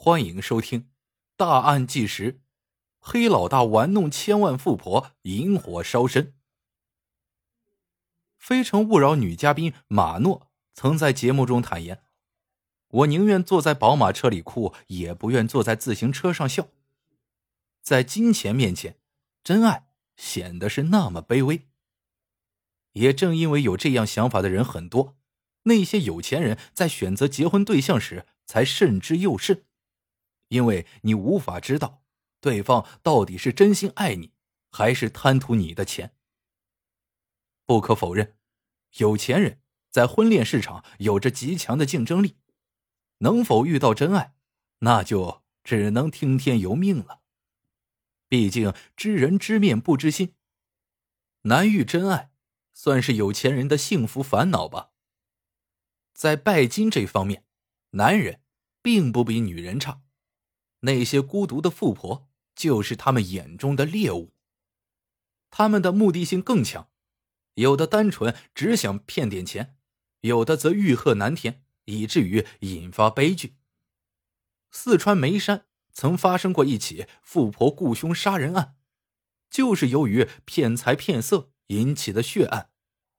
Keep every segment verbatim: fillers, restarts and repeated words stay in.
欢迎收听《大案纪实》，黑老大玩弄千万富婆，引火烧身。非诚勿扰女嘉宾马诺曾在节目中坦言，我宁愿坐在宝马车里哭，也不愿坐在自行车上笑。在金钱面前，真爱显得是那么卑微。也正因为有这样想法的人很多，那些有钱人在选择结婚对象时才慎之又慎。因为你无法知道对方到底是真心爱你，还是贪图你的钱。不可否认，有钱人在婚恋市场有着极强的竞争力，能否遇到真爱，那就只能听天由命了。毕竟知人知面不知心，难遇真爱算是有钱人的幸福烦恼吧。在拜金这方面，男人并不比女人差，那些孤独的富婆就是他们眼中的猎物。他们的目的性更强，有的单纯只想骗点钱，有的则欲壑难填，以至于引发悲剧。四川眉山曾发生过一起富婆雇凶杀人案，就是由于骗财骗色引起的血案。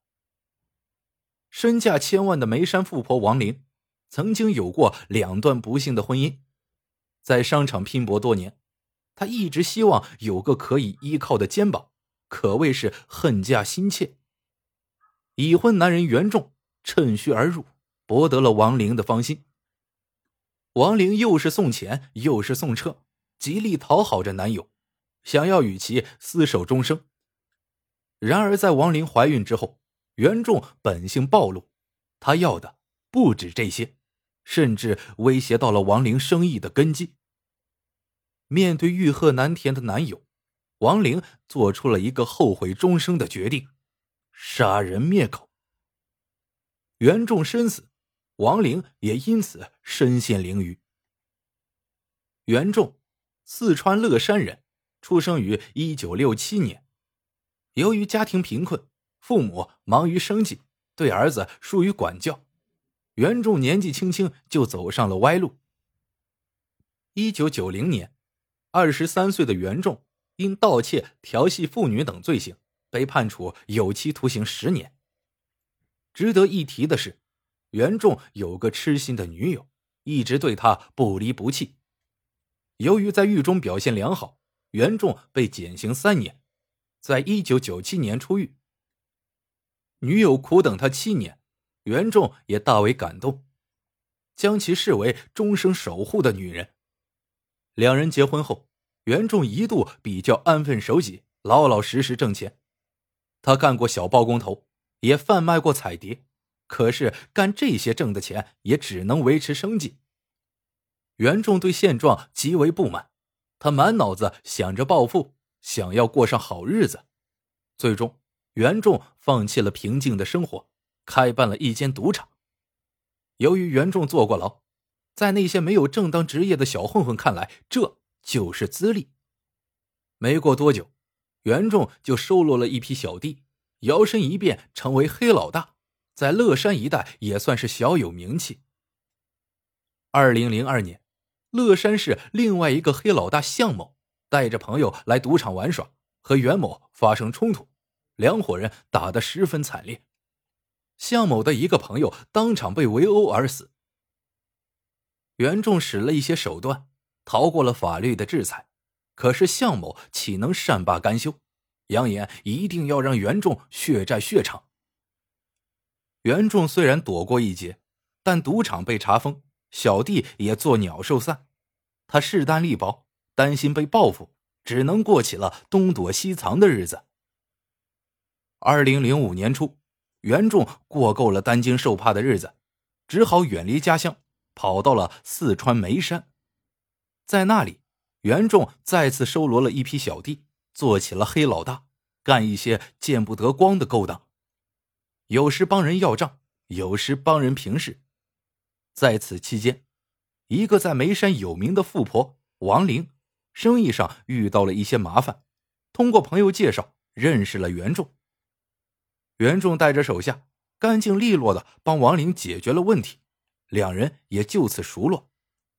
身价千万的眉山富婆王玲曾经有过两段不幸的婚姻。在商场拼搏多年，她一直希望有个可以依靠的肩膀，可谓是恨嫁心切。已婚男人袁仲趁虚而入，博得了王玲的芳心。王玲又是送钱又是送车，极力讨好着男友，想要与其厮守终生。然而在王玲怀孕之后，袁仲本性暴露，他要的不止这些，甚至威胁到了王玲生意的根基。面对欲壑难填的男友，王玲做出了一个后悔终生的决定，杀人灭口。袁仲身死，王玲也因此身陷囹圄。袁仲，四川乐山人，出生于一九六七年。由于家庭贫困，父母忙于生计，对儿子疏于管教，袁仲年纪轻轻就走上了歪路。一九九零年，二十三岁的袁仲因盗窃、调戏妇女等罪行，被判处有期徒刑十年。值得一提的是，袁仲有个痴心的女友，一直对他不离不弃。由于在狱中表现良好，袁仲被减刑三年，在一九九七年出狱。女友苦等他七年，袁仲也大为感动，将其视为终生守护的女人。两人结婚后，袁仲一度比较安分守己，老老实实挣钱。他干过小包工头，也贩卖过彩蝶，可是干这些挣的钱也只能维持生计。袁仲对现状极为不满，他满脑子想着暴富，想要过上好日子。最终袁仲放弃了平静的生活，开办了一间赌场。由于袁仲坐过牢，在那些没有正当职业的小混混看来，这就是资历。没过多久，袁仲就收罗了一批小弟，摇身一变成为黑老大，在乐山一带也算是小有名气。二零零二年，乐山市另外一个黑老大向某带着朋友来赌场玩耍，和袁某发生冲突，两伙人打得十分惨烈。向某的一个朋友当场被围殴而死。袁仲使了一些手段，逃过了法律的制裁，可是向某岂能善罢甘休，扬言一定要让袁仲血债血偿。袁仲虽然躲过一劫，但赌场被查封，小弟也作鸟兽散。他势单力薄，担心被报复，只能过起了东躲西藏的日子。二零零五年初，袁仲过够了担惊受怕的日子，只好远离家乡，跑到了四川眉山。在那里，袁仲再次收罗了一批小弟，做起了黑老大，干一些见不得光的勾当。有时帮人要账，有时帮人平事。在此期间，一个在眉山有名的富婆王玲，生意上遇到了一些麻烦，通过朋友介绍认识了袁仲。袁仲带着手下干净利落的帮王玲解决了问题，两人也就此熟络。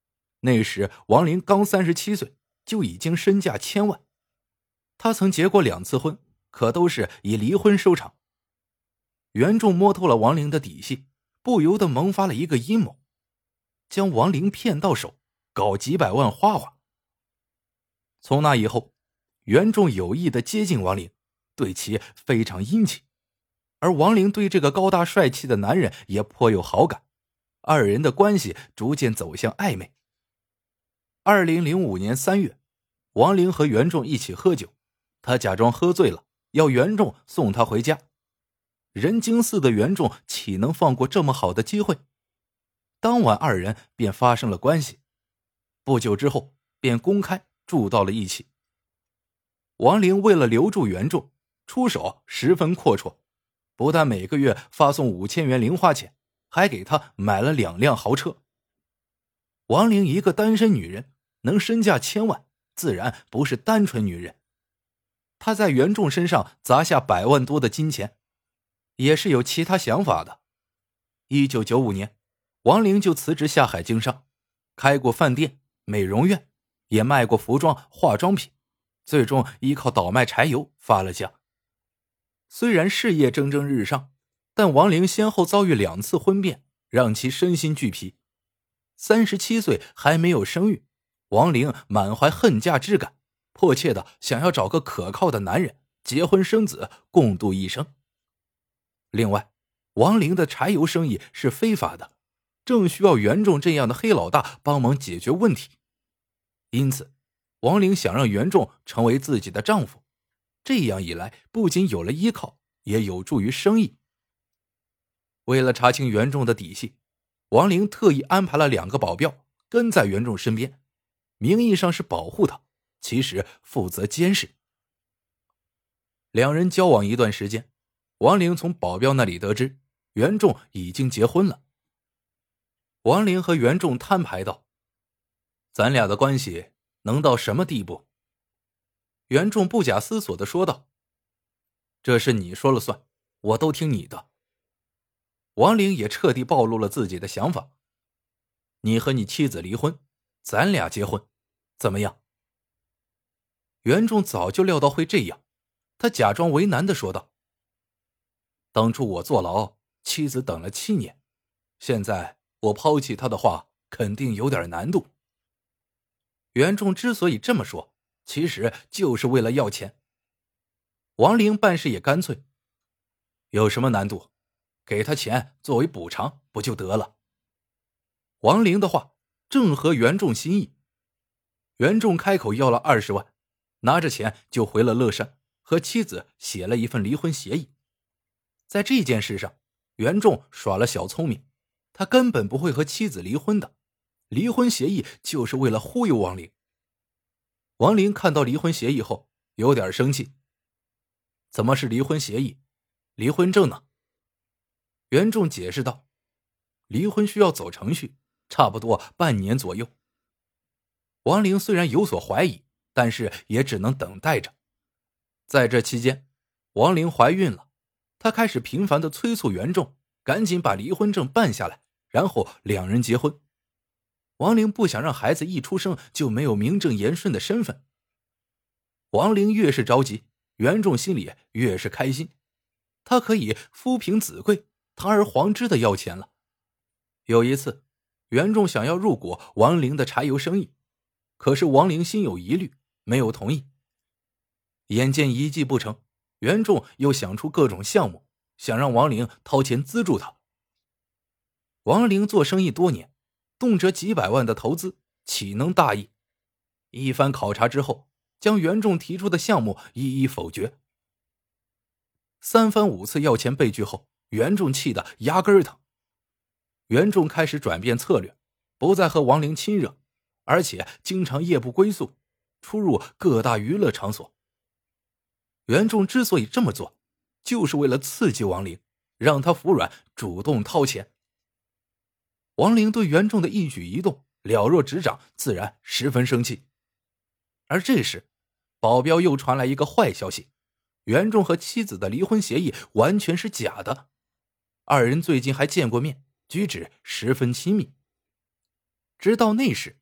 那时王玲刚三十七岁，就已经身价千万。他曾结过两次婚，可都是以离婚收场。袁仲摸透了王玲的底细，不由得萌发了一个阴谋，将王玲骗到手，搞几百万花花。从那以后，袁仲有意的接近王玲，对其非常殷勤，而王玲对这个高大帅气的男人也颇有好感，二人的关系逐渐走向暧昧。二零零五年三月，王玲和袁仲一起喝酒，他假装喝醉了，要袁仲送他回家。人精似的袁仲岂能放过这么好的机会？当晚二人便发生了关系，不久之后便公开住到了一起。王玲为了留住袁仲，出手十分阔绰，不但每个月发送五千元零花钱，还给他买了两辆豪车。王玲一个单身女人，能身价千万，自然不是单纯女人。她在袁仲身上砸下百万多的金钱，也是有其他想法的。一九九五年，王玲就辞职下海经商，开过饭店、美容院，也卖过服装、化妆品，最终依靠倒卖柴油发了家。虽然事业蒸蒸日上，但王玲先后遭遇两次婚变，让其身心俱疲。三十七岁还没有生育，王玲满怀恨嫁之感，迫切的想要找个可靠的男人结婚生子，共度一生。另外，王玲的柴油生意是非法的，正需要袁仲这样的黑老大帮忙解决问题。因此，王玲想让袁仲成为自己的丈夫，这样一来，不仅有了依靠，也有助于生意。为了查清袁仲的底细，王玲特意安排了两个保镖跟在袁仲身边，名义上是保护他，其实负责监视。两人交往一段时间，王玲从保镖那里得知袁仲已经结婚了。王玲和袁仲摊牌道：“咱俩的关系能到什么地步？”袁仲不假思索地说道：“这事你说了算，我都听你的。”王玲也彻底暴露了自己的想法：“你和你妻子离婚，咱俩结婚，怎么样？”袁仲早就料到会这样，他假装为难地说道：“当初我坐牢，妻子等了七年，现在我抛弃她的话，肯定有点难度。”袁仲之所以这么说，其实就是为了要钱。王玲办事也干脆：“有什么难度？给他钱作为补偿不就得了？”王玲的话正合袁仲心意。袁仲开口要了二十万，拿着钱就回了乐山，和妻子写了一份离婚协议。在这件事上，袁仲耍了小聪明，他根本不会和妻子离婚的，离婚协议就是为了忽悠王玲。王玲看到离婚协议后有点生气：“怎么是离婚协议？离婚证呢？”袁仲解释道：“离婚需要走程序，差不多半年左右。”王玲虽然有所怀疑，但是也只能等待着。在这期间，王玲怀孕了，她开始频繁地催促袁仲赶紧把离婚证办下来，然后两人结婚。王玲不想让孩子一出生就没有名正言顺的身份。王玲越是着急，袁仲心里越是开心，他可以夫凭子贵，堂而皇之的要钱了。有一次，袁仲想要入股王玲的柴油生意，可是王玲心有疑虑，没有同意。眼见一计不成，袁仲又想出各种项目，想让王玲掏钱资助他。王玲做生意多年，动辄几百万的投资，岂能大意？一番考察之后，将袁仲提出的项目一一否决。三番五次要钱被拒后，袁仲气得牙根疼。袁仲开始转变策略，不再和王玲亲热，而且经常夜不归宿，出入各大娱乐场所。袁仲之所以这么做，就是为了刺激王玲，让她服软，主动掏钱。王玲对袁仲的一举一动了若指掌，自然十分生气。而这时，保镖又传来一个坏消息：袁仲和妻子的离婚协议完全是假的，二人最近还见过面，举止十分亲密。直到那时，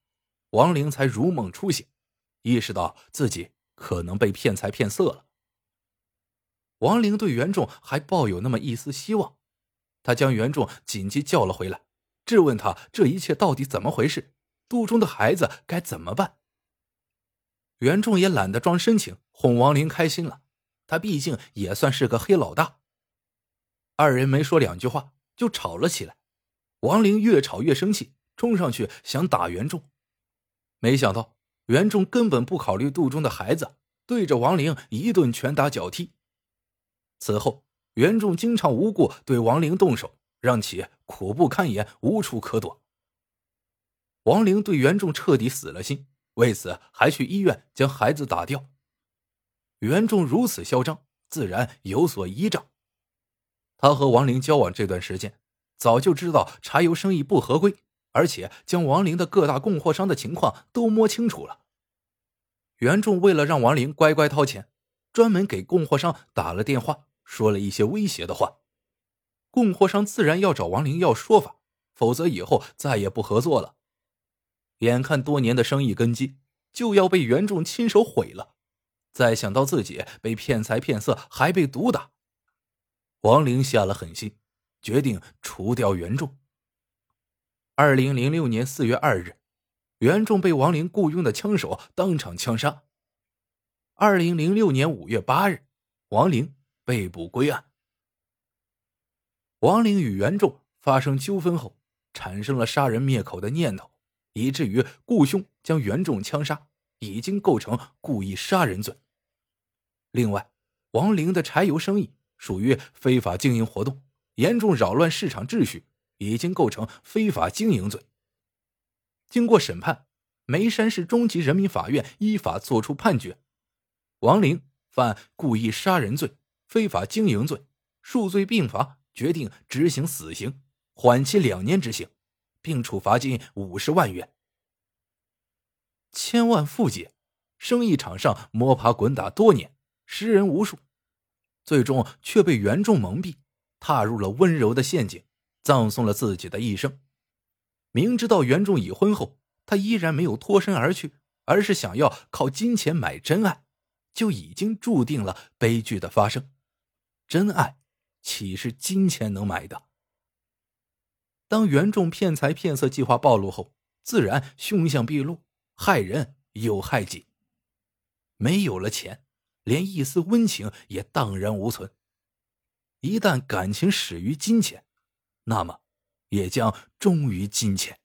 王玲才如梦初醒，意识到自己可能被骗财骗色了。王玲对袁仲还抱有那么一丝希望，他将袁仲紧急叫了回来，质问他这一切到底怎么回事，肚中的孩子该怎么办。袁仲也懒得装深情哄王玲开心了，他毕竟也算是个黑老大。二人没说两句话就吵了起来，王玲越吵越生气，冲上去想打袁仲。没想到袁仲根本不考虑肚中的孩子，对着王玲一顿拳打脚踢。此后袁仲经常无故对王玲动手，让其苦不堪言，无处可躲。王玲对袁仲彻底死了心，为此还去医院将孩子打掉。袁仲如此嚣张，自然有所依仗。他和王玲交往这段时间，早就知道茶油生意不合规，而且将王玲的各大供货商的情况都摸清楚了。袁仲为了让王玲乖乖掏钱，专门给供货商打了电话，说了一些威胁的话。供货商自然要找王玲要说法，否则以后再也不合作了。眼看多年的生意根基就要被袁仲亲手毁了，再想到自己被骗财骗色还被毒打，王玲下了狠心，决定除掉袁仲。二零零六年四月二日，袁仲被王玲雇佣的枪手当场枪杀。二零零六年五月八日，王玲被捕归案。王玲与袁仲发生纠纷后，产生了杀人灭口的念头，以至于雇凶将袁仲枪杀，已经构成故意杀人罪。另外，王玲的柴油生意属于非法经营活动，严重扰乱市场秩序，已经构成非法经营罪。经过审判，眉山市中级人民法院依法作出判决，王玲犯故意杀人罪、非法经营罪，数罪并罚，决定执行死刑，缓期两年执行，并处罚金五十万元。千万富姐，生意场上摸爬滚打多年，识人无数，最终却被袁仲蒙蔽，踏入了温柔的陷阱，葬送了自己的一生。明知道袁仲已婚后，他依然没有脱身而去，而是想要靠金钱买真爱，就已经注定了悲剧的发生。真爱岂是金钱能买的？当袁仲骗财骗色计划暴露后，自然凶相毕露，害人又害己。没有了钱，连一丝温情也荡然无存。一旦感情始于金钱，那么也将终于金钱。